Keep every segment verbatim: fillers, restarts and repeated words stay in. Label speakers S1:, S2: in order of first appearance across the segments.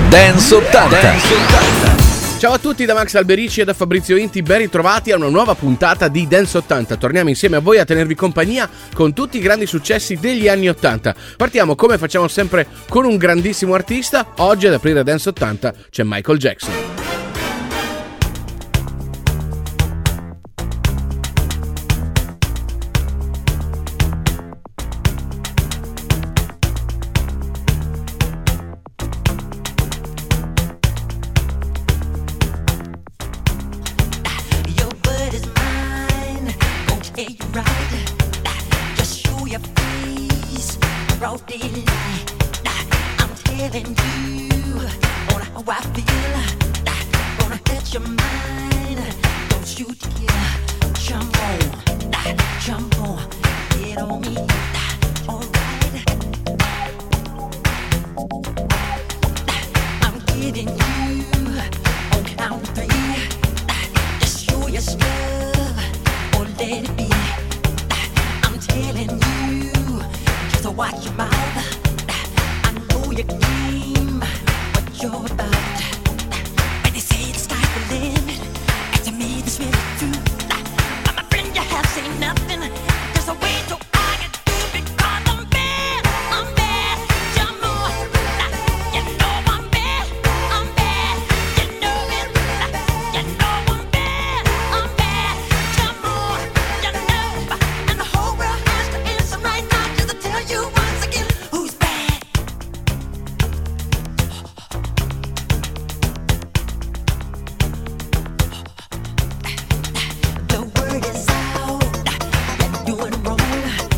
S1: Dance ottanta. Dance ottanta.
S2: Ciao a tutti da Max Alberici e da Fabrizio Inti, ben ritrovati a una nuova puntata di Dance ottanta. Torniamo insieme a voi a tenervi compagnia con tutti i grandi successi degli anni ottanta. Partiamo come facciamo sempre con un grandissimo artista. Oggi ad aprire Dance ottanta c'è Michael Jackson.
S3: The word is out, you're doing wrong.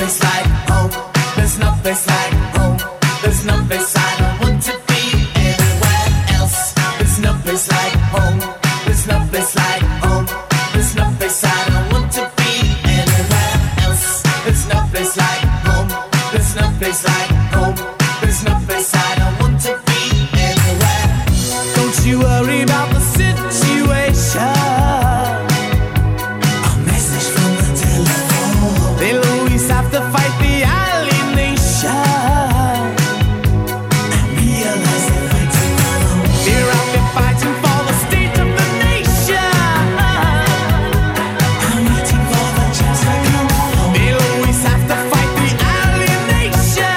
S3: place like home. There's no place like home. There's no place I don't want to be anywhere else. There's no place like home. There's no place like home. There's no place I don't want to be anywhere else. There's no place like home. There's no place like home. There's no place I don't want to be anywhere. Don't you worry about the situation. A message from the telephone. They'll always have to fight the alienation. I realize they're fighting alone. They're out there fighting for the state of the nation. I'm waiting for the chance to come home. They'll always have to fight the alienation.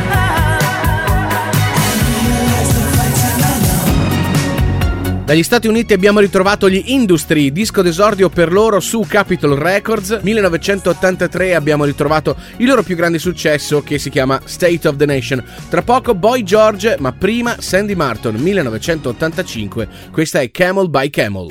S3: I realize they're fighting alone.
S2: Dagli Stati Uniti abbiamo ritrovato gli Industry, disco d'esordio per loro su Capitol Records. millenovecentottantatré abbiamo ritrovato il loro più grande successo che si chiama State of the Nation. Tra poco Boy George, ma prima Sandy Martin, millenovecentottantacinque. Questa è Camel by Camel.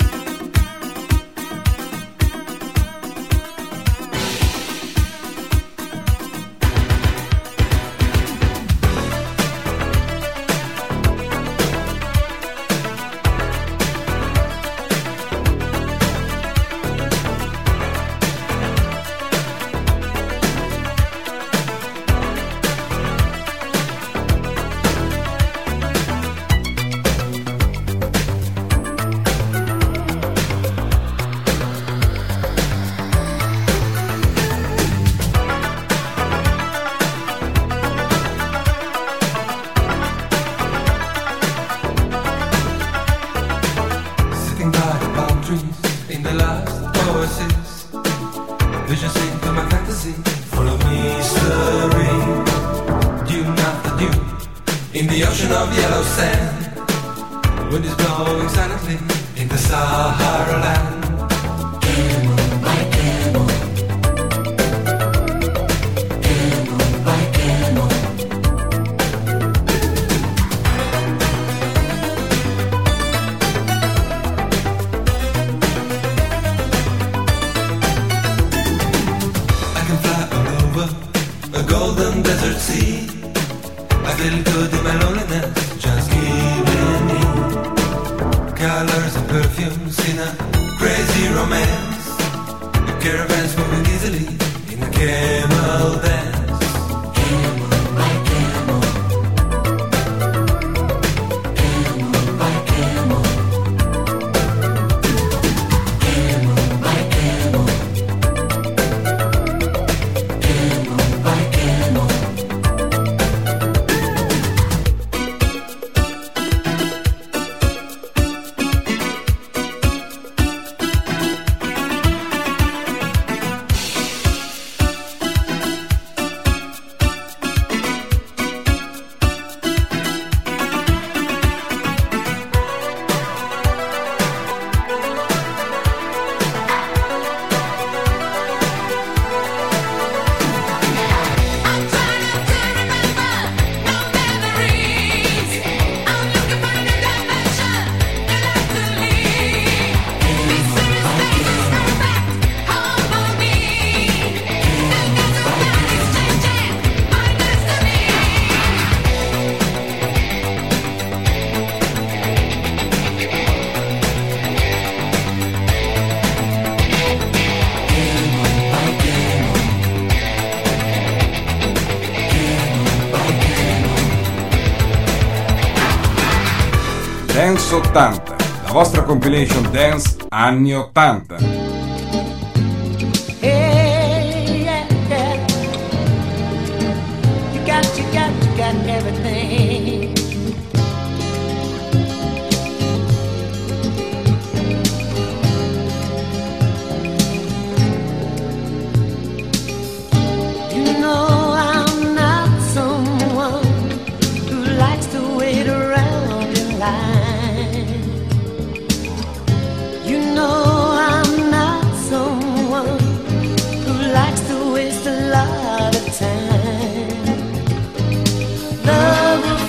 S4: Sitting by the palm trees in the last oasis, visions into my fantasy, full of mystery. Dune after dune, in the ocean of yellow sand, wind is blowing silently in the Sahara land. Camel by camel, camel by camel. I can fly all over a golden desert sea. I feel good in my loneliness, just giving in colors and perfumes in a crazy romance. The caravans moving easily in a camel dance. Camel by camel, camel by camel, camel by camel, camel by camel.
S5: I'm trying to remember no memories. I'm looking for a new dimension, new life to lead. This space is no fact, home for me. And that's what is changing my destiny.
S6: Dance ottanta, la vostra compilation dance anni ottanta.
S3: Hey, yeah, yeah. You got, you got, you got everything. You know I'm not someone who likes to wait around in line. You know I'm not someone who likes to waste a lot of time. Love will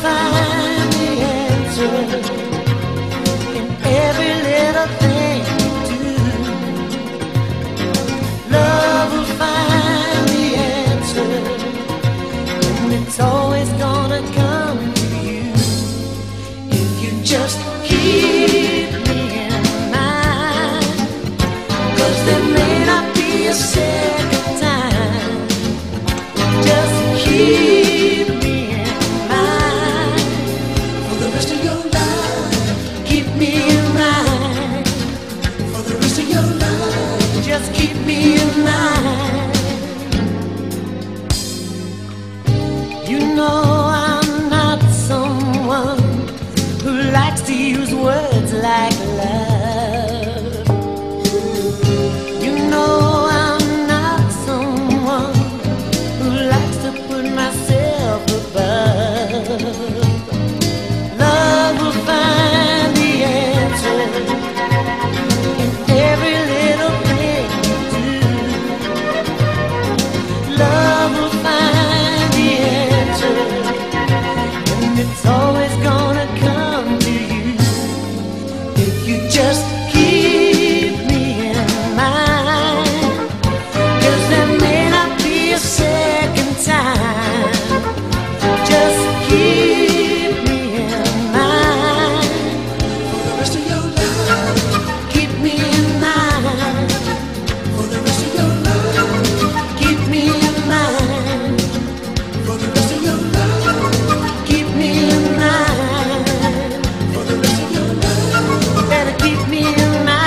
S7: it's always gonna come to you if you just keep me in mind. 'Cause there may not be a second time. Just keep me in mind for the rest of your life. Keep me in mind for the rest of your life. Keep me in mind for the rest of your life. Keep me in mind for the rest of your life. Better keep me in mind.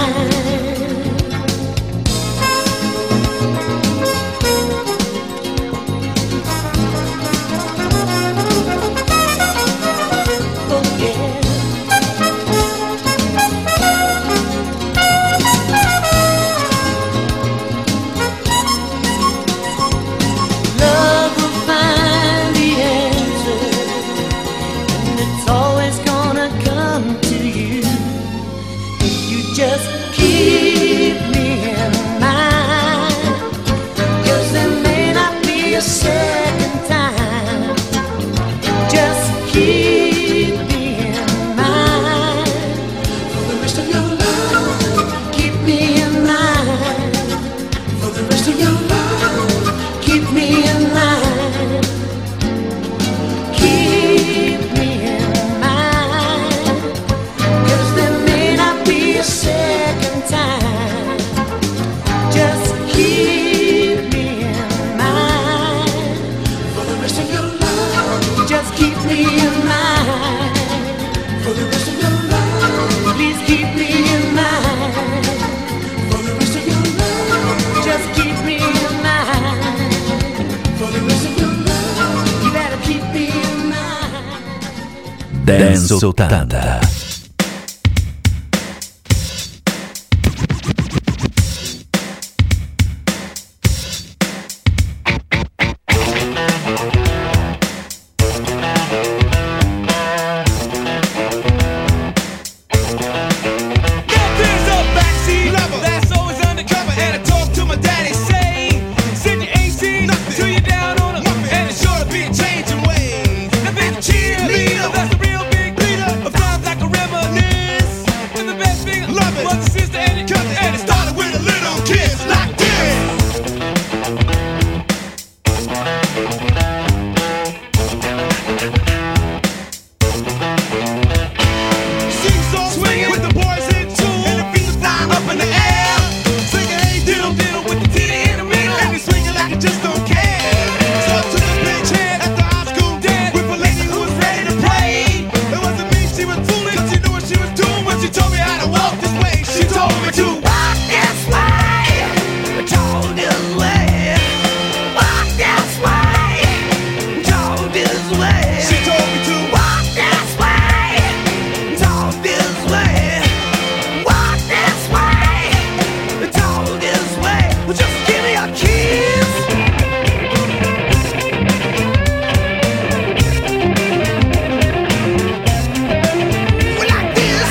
S7: Oh yeah. Love will find the answer, and it's always gonna come to you if you just keep me in mind. 'Cause there may not be a second time. Just keep me in mind for the rest of your life. Keep me in mind for the rest of your life. Keep me in mind. Keep me in mind. 'Cause there may not be a second time. Just keep me in mind for the rest of your life. Just keep me in mind for the rest of your life. Please keep me in mind for the rest of your life. Just keep me in mind for the rest of your life. You better keep me in mind.
S1: Dance ottanta.
S8: There's a backseat lover that's always undercover, and I talk to my daddy, say, send your A C till you're down on her, and it's sure to be a changing ways. Now there's a cheerleader that's a real big leader of times like a reminisce. And the best thing I love it was a sister and a cousin, and it started with a little kiss like this. Seesaw swinging with the boys in tune, and the feet are flying up in the air. Singing hey diddle diddle with the titty in the middle, and they swinging like it just don't care. So I took a big chance at the high school dance with a lady who was ready to play. It wasn't me she was fooling, 'cause she knew what she was doing when she told me how to walk this way. She told me to walk this way, talk this way, walk this way, talk this way. She told me to walk this way, talk this way, walk this way, talk this way. Well, just give me a kiss. Well, like this.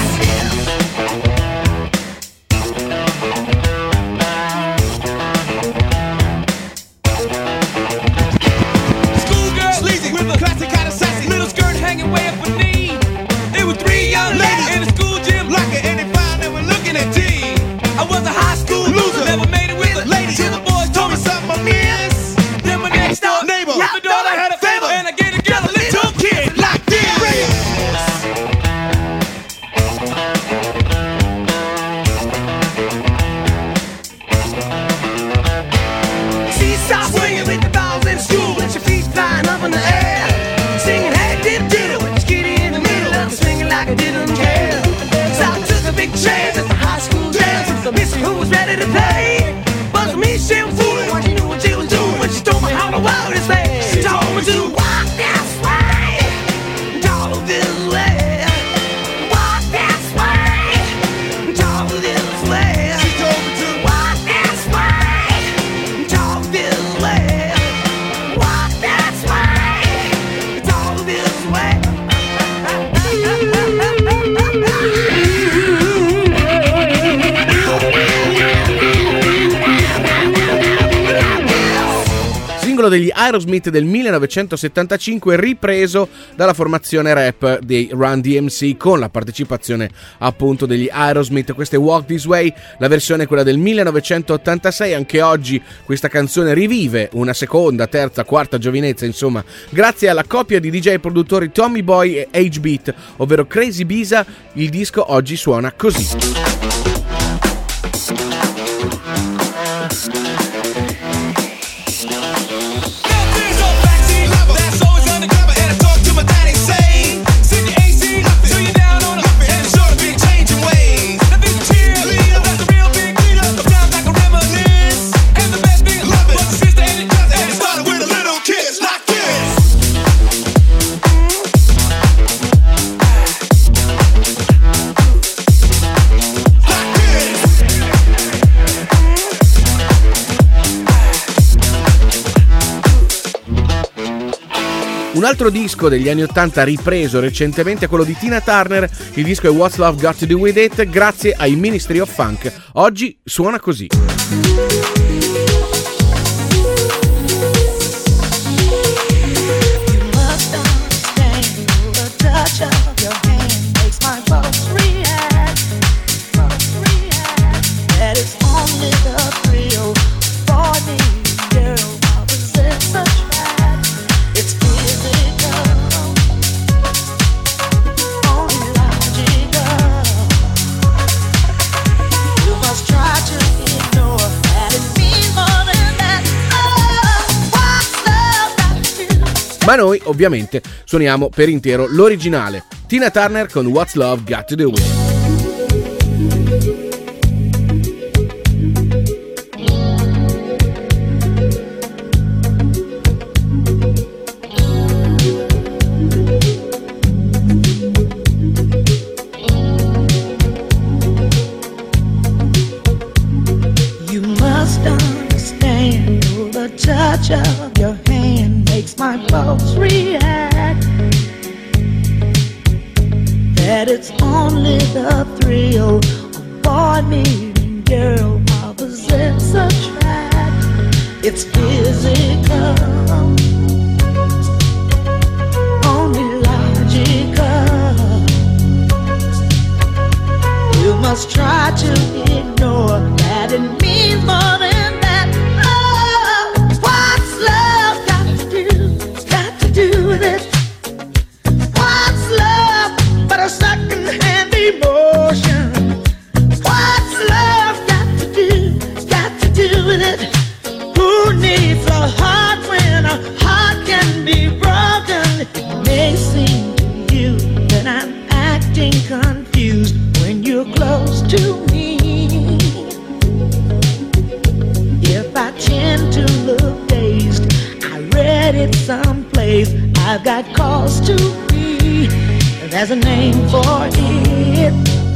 S8: Schoolgirl, sleazy with a classic kind of sassy little skirt hanging way up her knee. It was three young ladies in the school gym like it, and they found they were looking at T. I was a high school loser, never made it with a lady. Till the boys told me something I missed. Then my next door neighbor, with the daughter had a favor, and I gave the girl a little kiss like this. Seesaw swinging with the balls in school, with your feet flying up in the air. Singing hey diddle diddle with your kitty in the middle, and swinging like I didn't care. So I took a big chance at the high school dance with the missy who was ready to play. But me she was fooling when she knew what she was doing, when she told me how the world is made. She told me to walk this way, talk this way, walk this way, talk this way. She told me to walk this way, talk this way, walk this way, talk this way.
S2: singolo degli Aerosmith del millenovecentosettantacinque, ripreso dalla formazione rap dei Run D M C con la partecipazione appunto degli Aerosmith. Questa è Walk This Way, la versione è quella del millenovecentottantasei. Anche oggi questa canzone rivive una seconda, terza, quarta giovinezza, insomma, grazie alla coppia di D J e produttori Tommy Boy e H-Beat, ovvero Crazy Bisa. Il disco oggi suona così. Un altro disco degli anni ottanta ripreso recentemente è quello di Tina Turner. Il disco è What's Love Got to Do With It, grazie ai Ministry of Funk. Oggi suona così. Ma noi ovviamente suoniamo per intero l'originale. Tina Turner con What's Love Got to Do With It.
S7: You must understand the touch of your hand makes my pulse react. That it's only the thrill of boy meeting girl opposites attract. It's physical, only logical. You must try to ignore that it means more than that. Oh, what's love got to do? Got to do with it. What's love but a second-hand emotion? What's love got to do? Got to do with it. Who needs a heart when a heart can be broken? It may seem to you that I'm acting confused when you're close to me. If I tend to look dazed, I read it someplace. I've got cause to be. There's a name for it.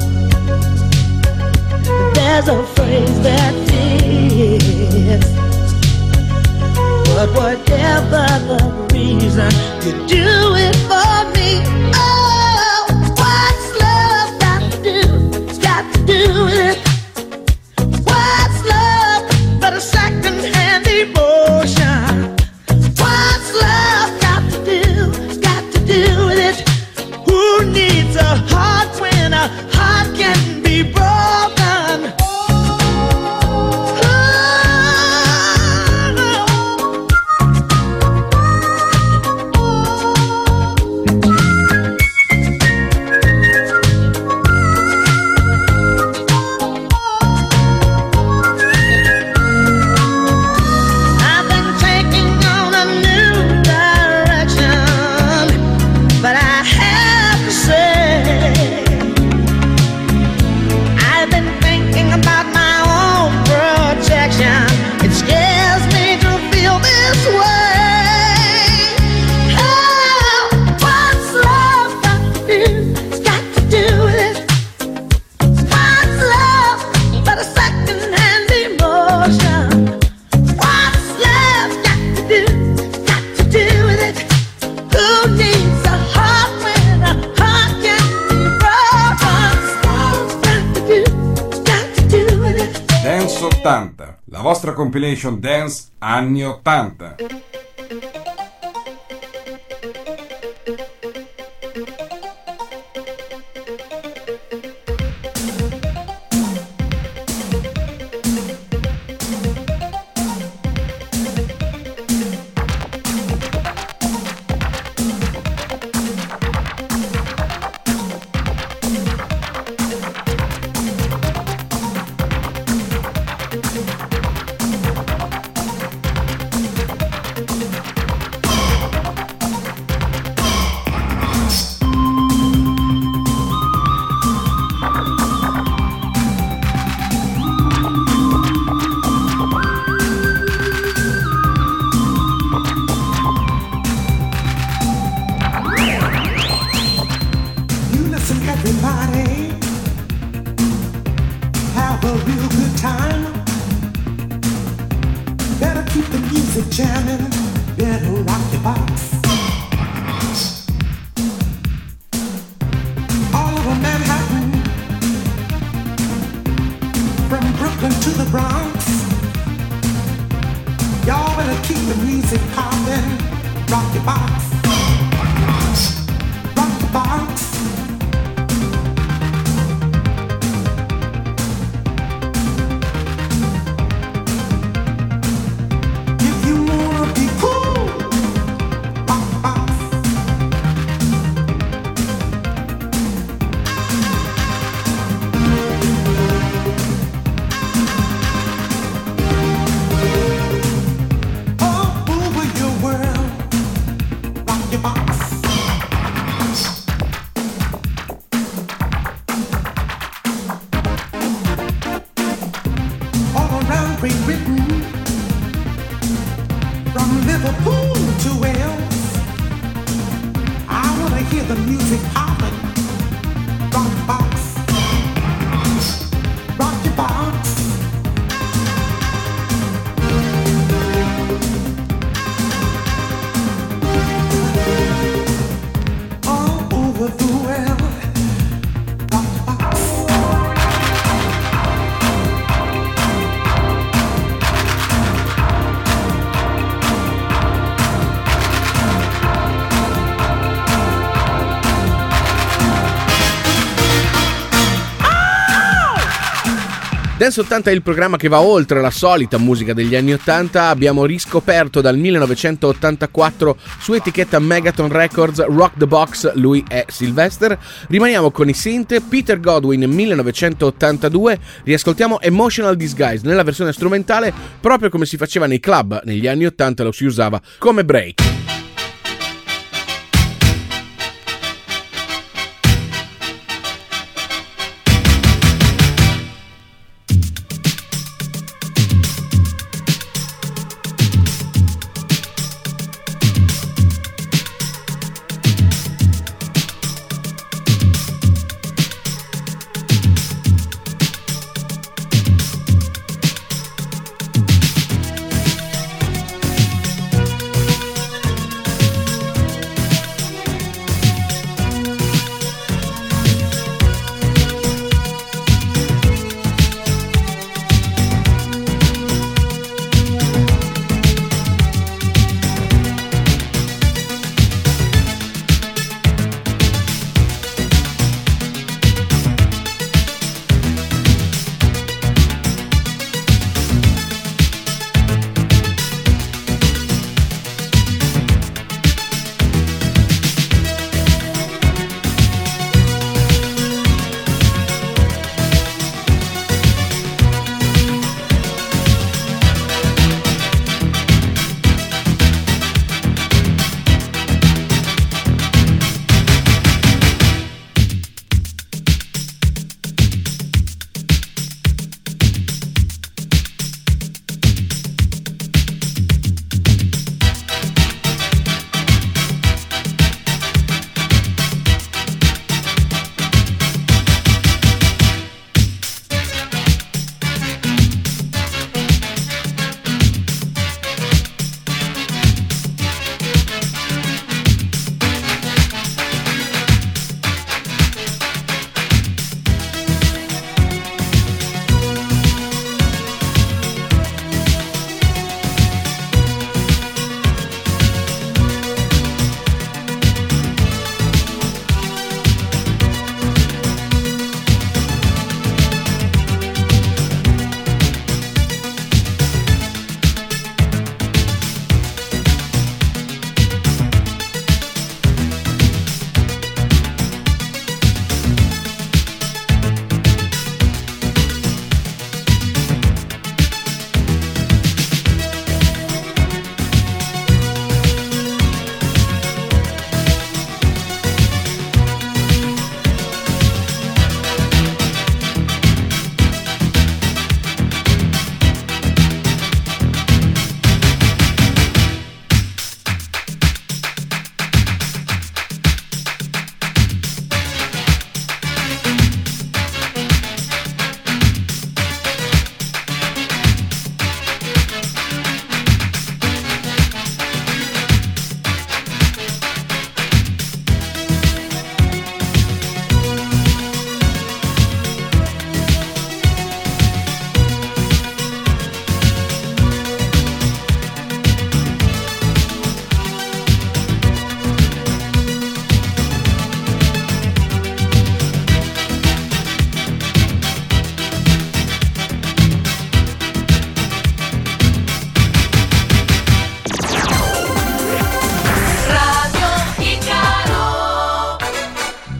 S7: There's a phrase that fits. But whatever the reason, you do it for me. Oh, what's love got to do? Got to do with it. What's love but a second-hand emotion? What's love got to do? Got to do with it. Who needs a heart when a heart can be broken?
S6: ottanta, la vostra compilation dance anni ottanta.
S7: You listen, everybody. Have a real good time. Better keep the music jamming. Better rock your box. All over Manhattan, from Brooklyn to the Bronx. Y'all better keep the music popping. Rock your box. Rock the box. If you wanna be cool, rock the box. All over your world, rock your box. All around Great Britain, from Liverpool to Wales, I wanna hear the music popping. Rock the box, rock your box. All over the world, rock the box.
S2: Dance ottanta è il programma che va oltre la solita musica degli anni ottanta. Abbiamo riscoperto dal millenovecentottantaquattro su etichetta Megaton Records Rock the Box, lui è Sylvester. Rimaniamo con i synth. Peter Godwin millenovecentottantadue, riascoltiamo Emotional Disguise nella versione strumentale, proprio come si faceva nei club negli anni ottanta, lo si usava come break.
S7: Rock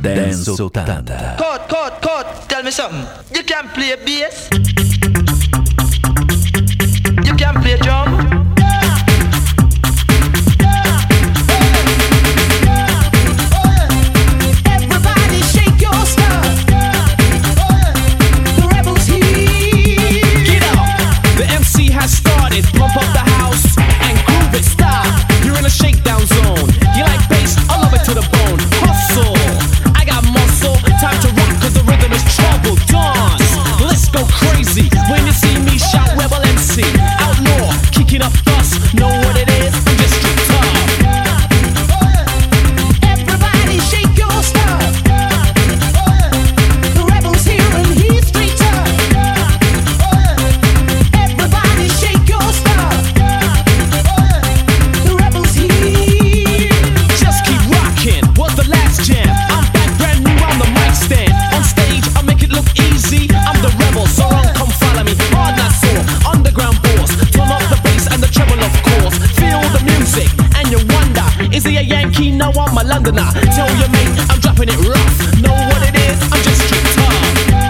S1: Dance ottanta.
S9: Code, code, code, tell me something. You can play bass. You can play drum.
S7: Everybody shake your stuff. The rebels here.
S8: Get up! The M C has started. Pump up the house and groove it. Stop! You're in a shakedown zone. You like bass? I love it to the bone. Hustle! I got muscle. Time to rock 'cause the rhythm is trouble. Dance! Let's go crazy when you see me shout Rebel M C. Outlaw, kicking up dust. Know what it is? I'm just straight tough.
S7: Everybody shake your stuff. The rebels here and he's straight up. Everybody shake your stuff. The rebels here.
S8: Just keep rocking. Was the last jam? I'm back brand new on the mic stand. On stage, I make it look easy. I'm the rebel, so run, come follow me. Hard not sore, underground boss. Turn up the bass and the treble, of course. Feel the music and you wonder, is he a Yankee? No, I'm a Londoner. Tell your mate I'm dropping it rough. Know what it is? I'm just straight tough.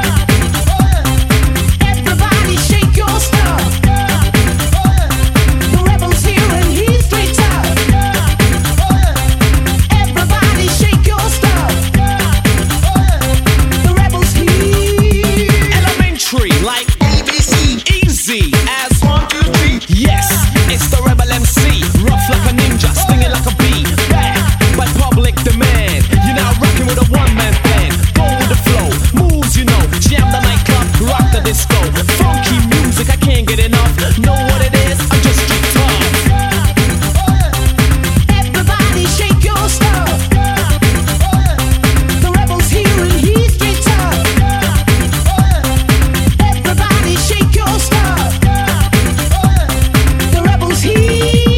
S7: Everybody shake your stuff. The rebels here and he's straight up. Everybody shake your stuff. The rebels here.
S8: Elementary, like A B C. Easy as one, two, three. Yes, it's the Rebel M C. Rough like a ninja, stinging like a bee. Back by public demand. You're now rocking with a one-man band. Go with the flow, moves you know. Jam the nightclub, rock the disco. Funky music, I can't get enough. Know what it is? I'm just straight tough.
S7: Everybody shake your stuff. The rebels here and he's straight up. Everybody shake your stuff. The rebels here.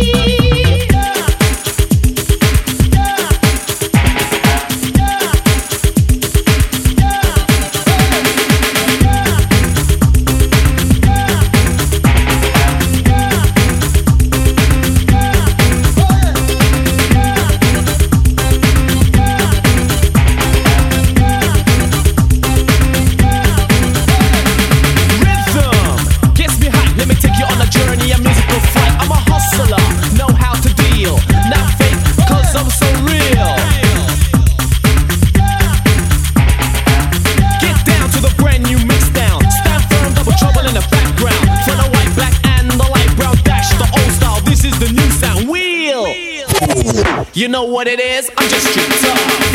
S8: Rhythm gets me hype. Let me take you on a journey, a musical flight. I'm a hustler, know how to deal. Not fake, cause I'm so real. Get down to the brand new mix down. Stand firm, double trouble in the background. For the white, black, and the light brown dash. The old style, this is the new sound. Wheel! You know what it is? I'm just straight tough.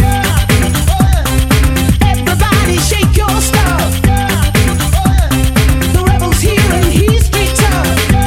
S7: Everybody shake your stuff. The rebels here and he's straight up.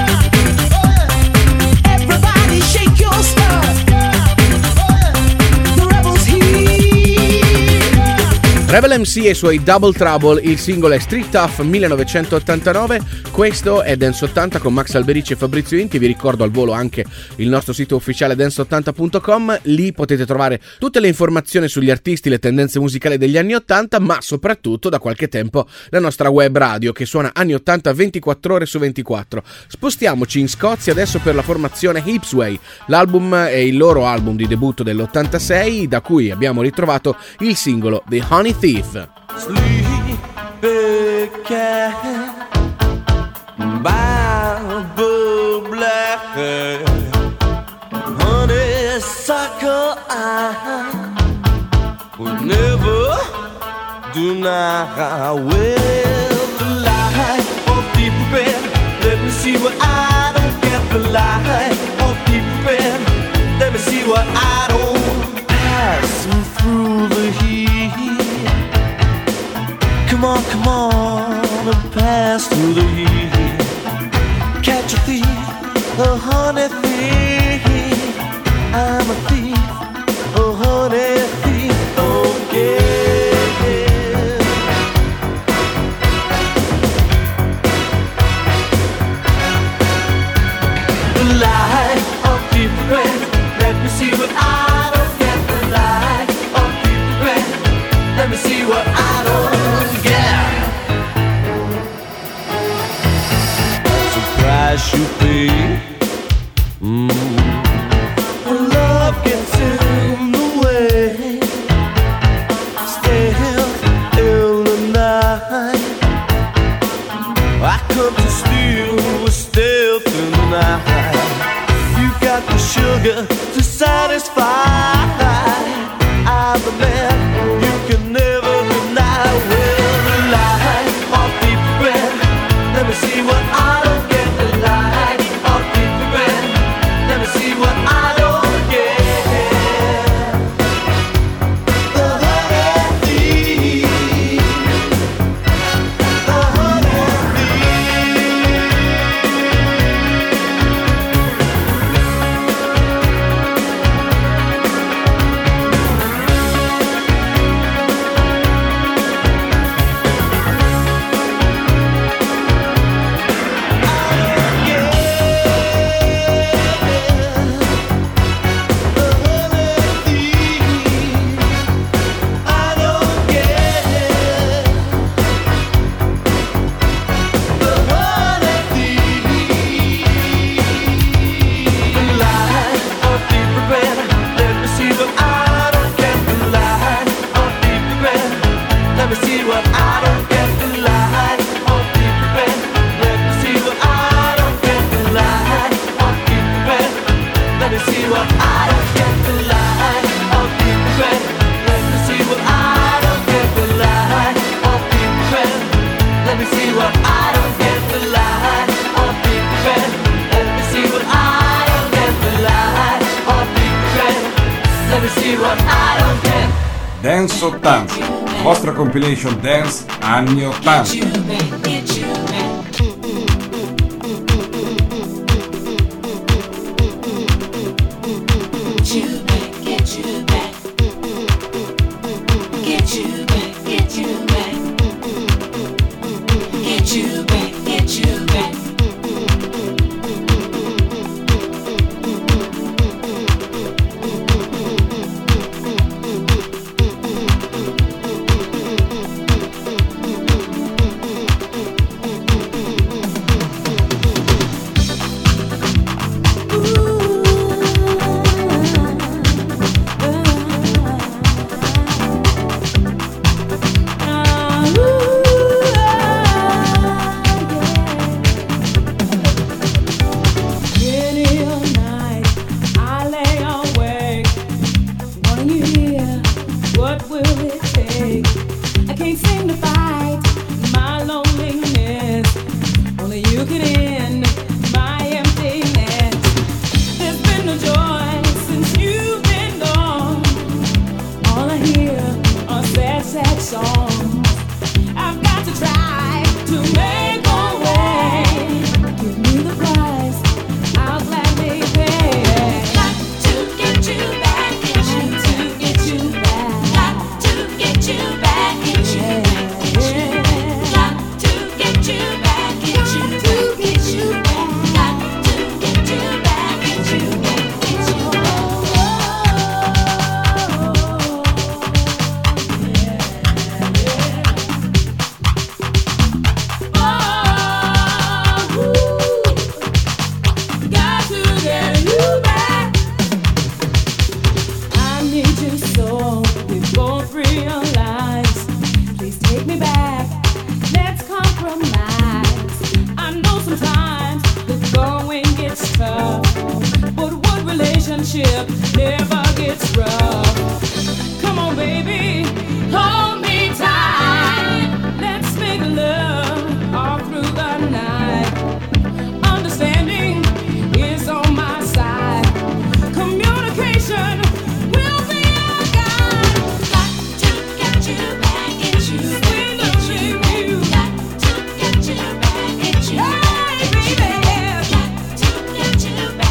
S7: Everybody shake your stuff. The rebels here.
S2: Rebel M C e i suoi Double Trouble, il singolo è Street Tough millenovecentottantanove. Questo è Dance ottanta con Max Alberici e Fabrizio Inti. Vi ricordo al volo anche il nostro sito ufficiale dance ottanta punto com. Lì potete trovare tutte le informazioni sugli artisti, le tendenze musicali degli anni ottanta, ma soprattutto da qualche tempo la nostra web radio che suona anni ottanta ventiquattro ore su ventiquattro. Spostiamoci in Scozia adesso per la formazione Hipsway. L'album è il loro album di debutto dell'ottantasei, da cui abbiamo ritrovato il singolo The Honey Thief.
S3: Sleepy cat Bible black honeysuckle I would never deny. Well, the light of deep red, let me see what I don't get. The light of deep red, let me see what I don't. Passing through the heat, come on, come on, and pass through the heat. Catch a thief, a honey thief. I'm a thief, a honey thief. Okay. The light of deep red, let me see what I don't get. The light of deep red, let me see what I don't get. Price you pay, mm,
S7: sugar to satisfy. I'm the man you can never deny. Well, the light of deep red. Let me see what I don't get. The light of deep red. Let me see what I don't get. The honey thief. The honey
S6: Dance ottanta, la vostra compilation dance anni ottanta.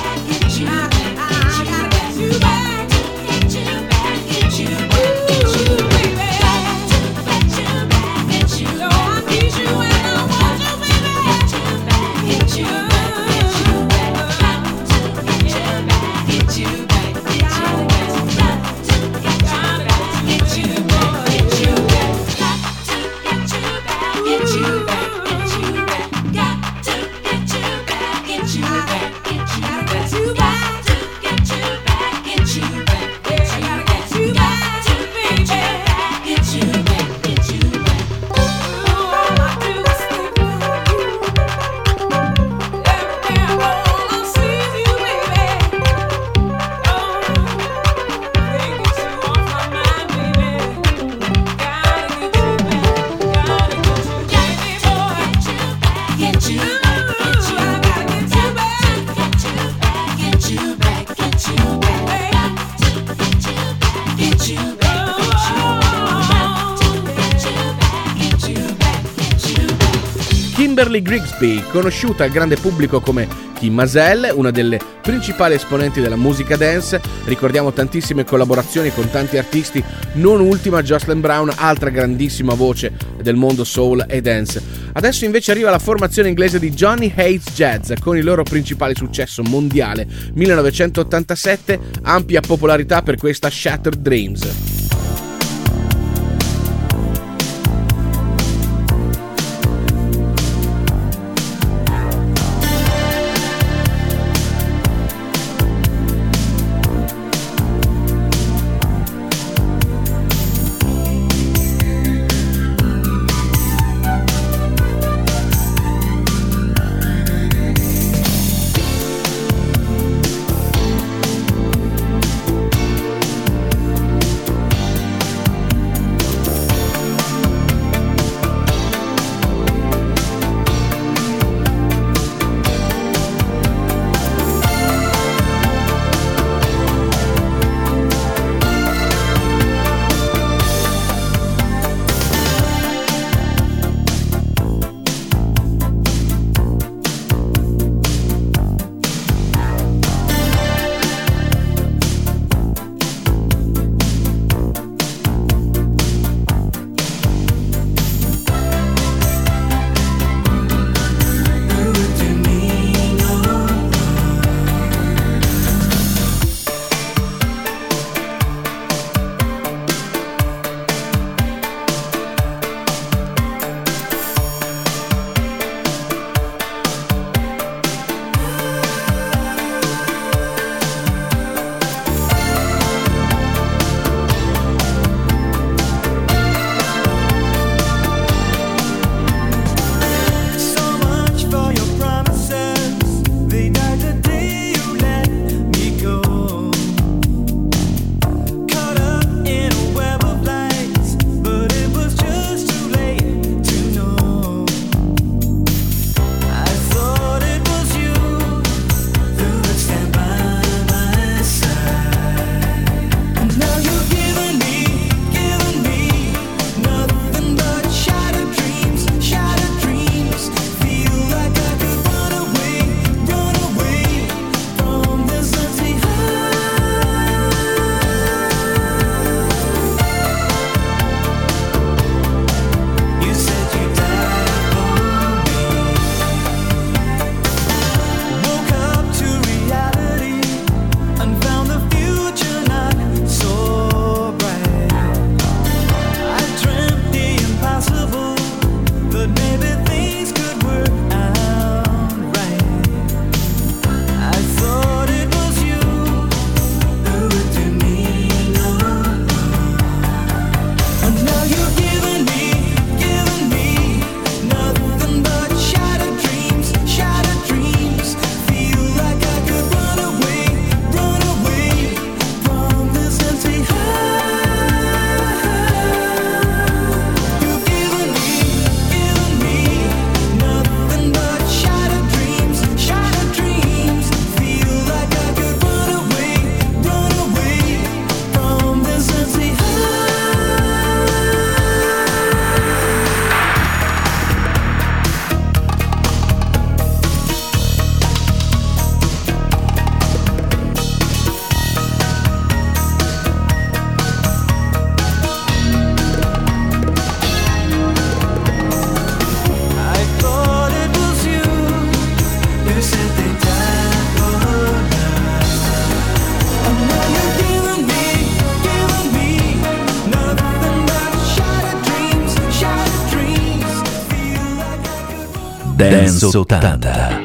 S5: I gotta get you back.
S2: Kimberly Grigsby, conosciuta al grande pubblico come Kim Mazel, una delle principali esponenti della musica dance. Ricordiamo tantissime collaborazioni con tanti artisti, non ultima Jocelyn Brown, altra grandissima voce del mondo soul e dance. Adesso invece arriva la formazione inglese di Johnny Hates Jazz con il loro principale successo mondiale millenovecentottantasette, ampia popolarità per questa Shattered Dreams.
S1: Dance ottanta.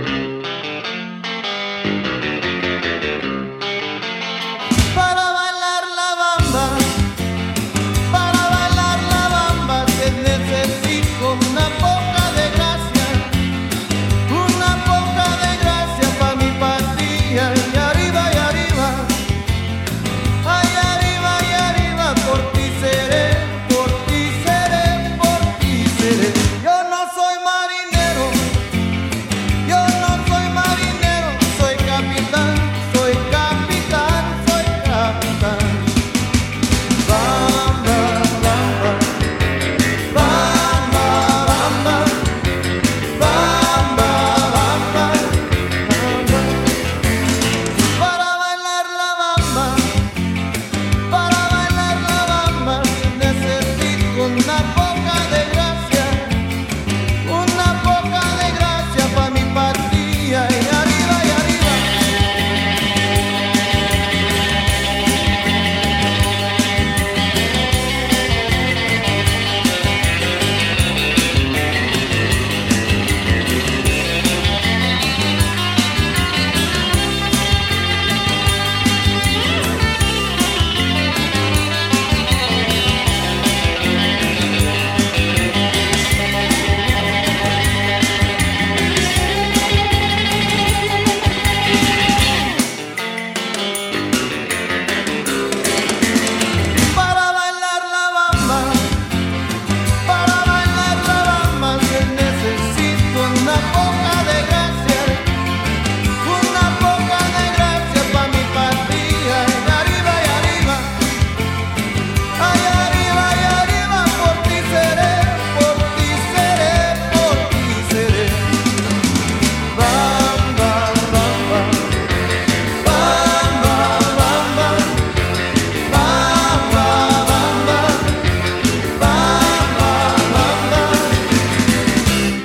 S7: Para bailar la bamba, para bailar la bamba que necesito una poca de gracia, una poca de gracia pa' mi patria. Y arriba y arriba, ay arriba y arriba, por ti seré, por ti seré, por ti seré. Yo no soy marinero,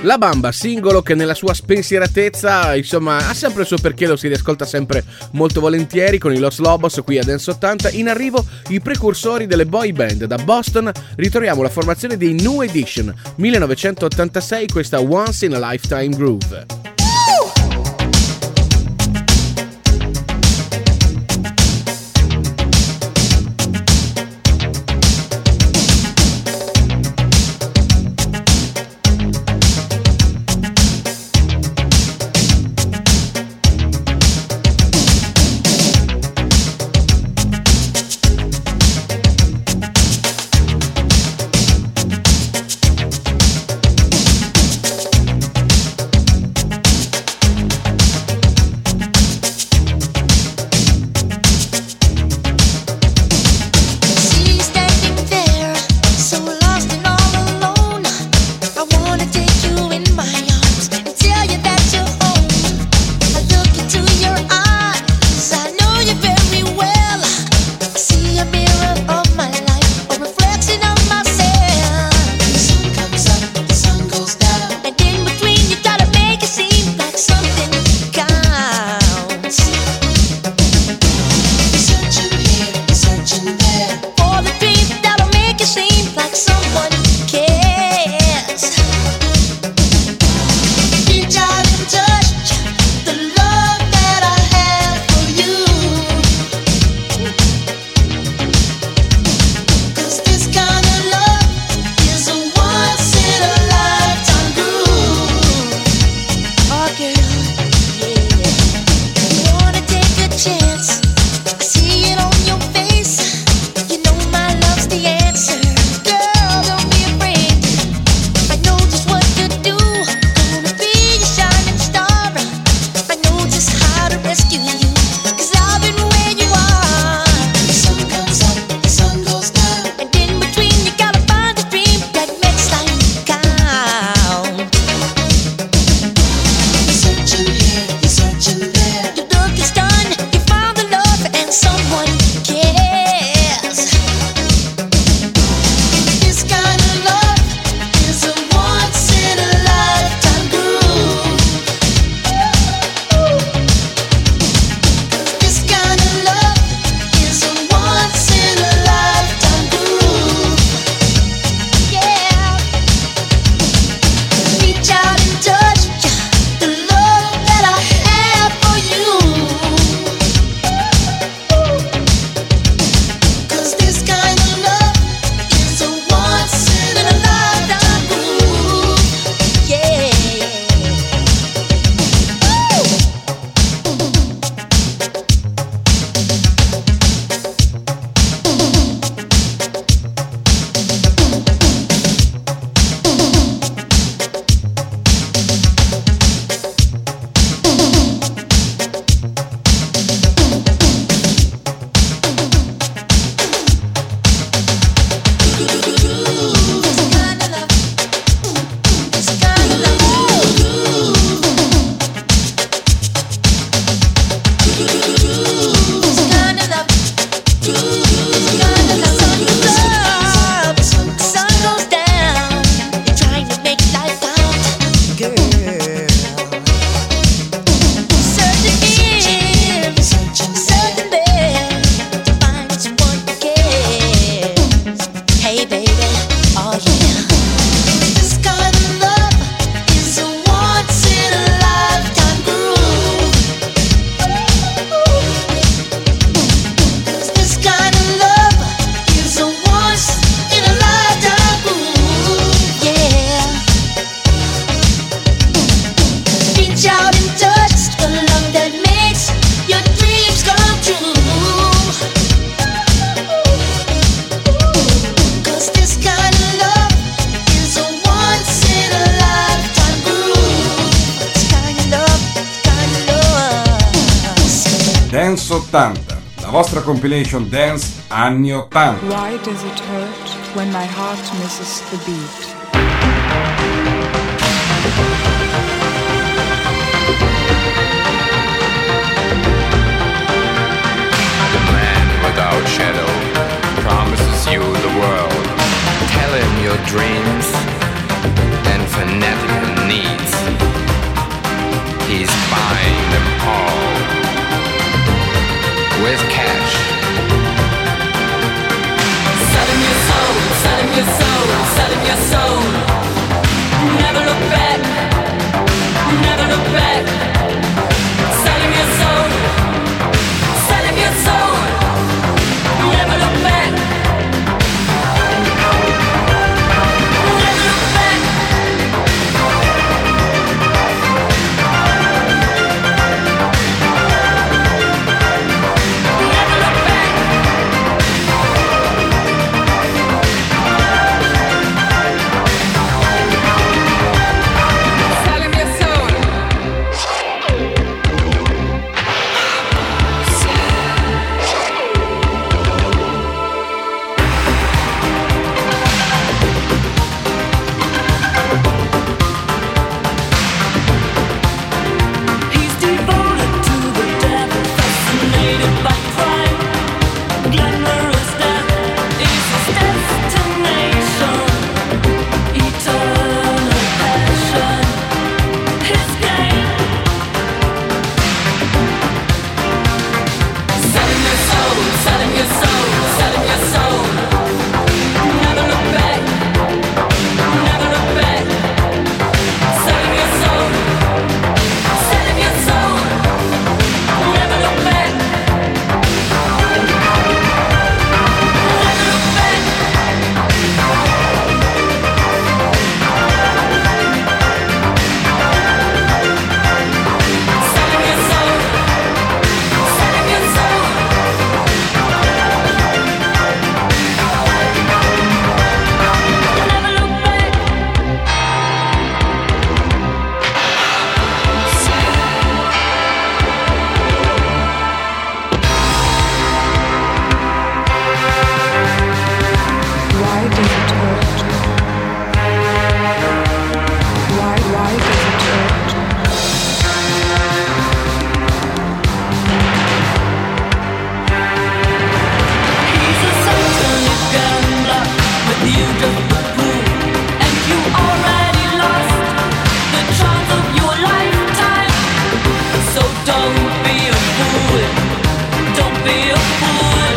S2: La Bamba, singolo che nella sua spensieratezza, insomma, ha sempre il suo perché, lo si riascolta sempre molto volentieri con i Los Lobos qui a Dance ottanta. In arrivo i precursori delle boy band. Da Boston ritroviamo la formazione dei New Edition, millenovecentottantasei, questa Once in a Lifetime Groove.
S6: Dance ottanta, la vostra compilation dance anni ottanta.
S10: Why does it hurt when my heart misses the beat?
S11: The man without shadow promises you the world. Tell him your dreams and fanatical needs. with cash.
S3: Selling your soul, selling your soul, selling your soul. Never look back, never look back. Selling your soul, selling your soul. Never look back, never look back. Never look back. Selling your soul. He's devoted to the devil, fascinated by crime. Glamorous death is his destination. Eternal passion, his game. Selling your soul, selling your soul, selling your soul. Never look back, never look back. Selling your soul, selling your soul. Never look back, never look back. Selling your soul, selling your soul. Never look back.
S10: Why does it hurt? Why, why does it hurt?
S3: He's a satanic gambler with you just a fool, and you already lost the chance of your lifetime. So don't be a fool, don't be a fool.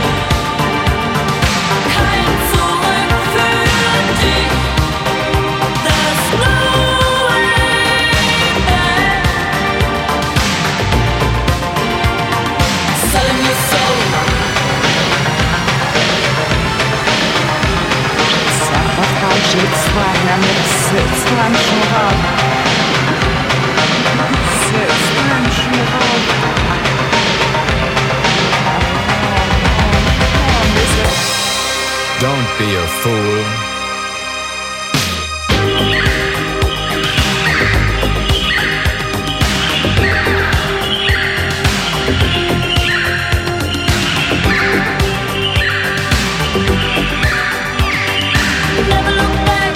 S3: Kein Zurück für dich, there's no way back. Selling your soul.
S10: Жить с вами, с, с раньше рад. С, с раньше рад.
S11: Don't be a fool.
S3: Never look back.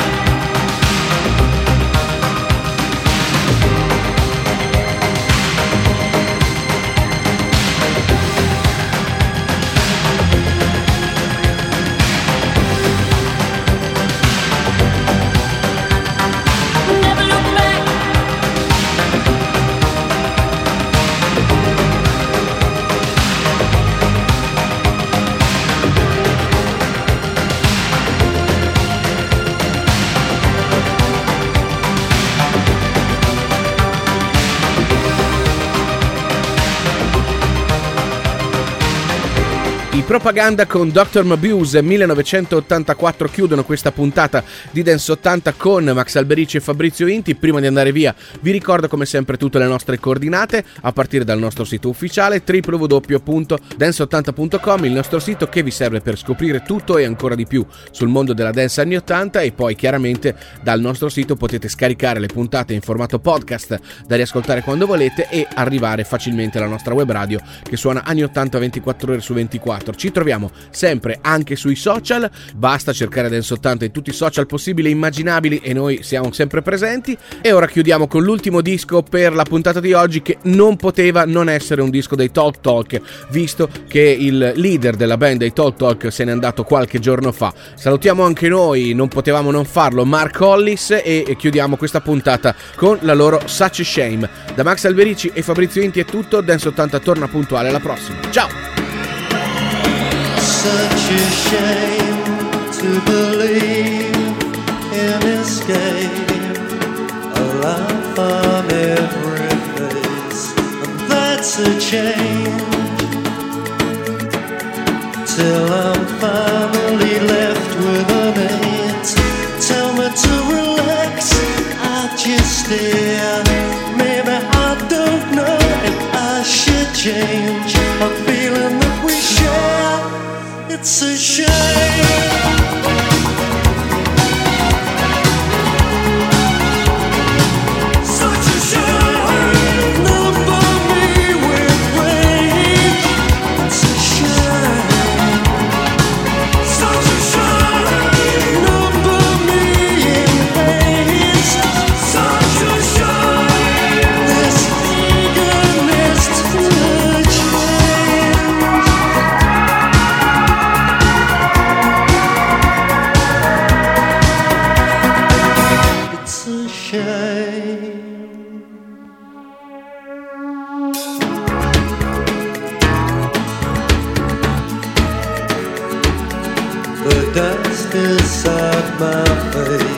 S3: Never look back.
S2: I Propaganda con doctor Mabuse millenovecentottantaquattro chiudono questa puntata di Dance ottanta con Max Alberici e Fabrizio Inti. Prima di andare via vi ricordo come sempre tutte le nostre coordinate a partire dal nostro sito ufficiale w w w punto dance ottanta punto com, il nostro sito che vi serve per scoprire tutto e ancora di più sul mondo della dance anni ottanta, e poi chiaramente dal nostro sito potete scaricare le puntate in formato podcast da riascoltare quando volete e arrivare facilmente alla nostra web radio che suona anni ottanta ventiquattro ore su ventiquattro. Ci troviamo sempre anche sui social, basta cercare Dance ottanta in tutti i social possibili e immaginabili e noi siamo sempre presenti. E ora chiudiamo con l'ultimo disco per la puntata di oggi, che non poteva non essere un disco dei Talk Talk, visto che il leader della band dei Talk Talk se n'è andato qualche giorno fa. Salutiamo anche noi, non potevamo non farlo, Mark Hollis, e chiudiamo questa puntata con la loro Such a Shame. Da Max Alberici e Fabrizio Inti è tutto, Dance ottanta torna puntuale alla prossima. Ciao!
S7: such a shame to believe in escape. A laugh on every face, and that's a change. Till I'm finally left with an eight. Tell me to relax, I just stare. Maybe I don't know if I should change. A feeling that we share, it's a shame. Such a shame. Not for me with rage. It's a shame. Such a shame. Not for me in haste. Such a shame. This eagerness to change. It's a shame. The dust inside my face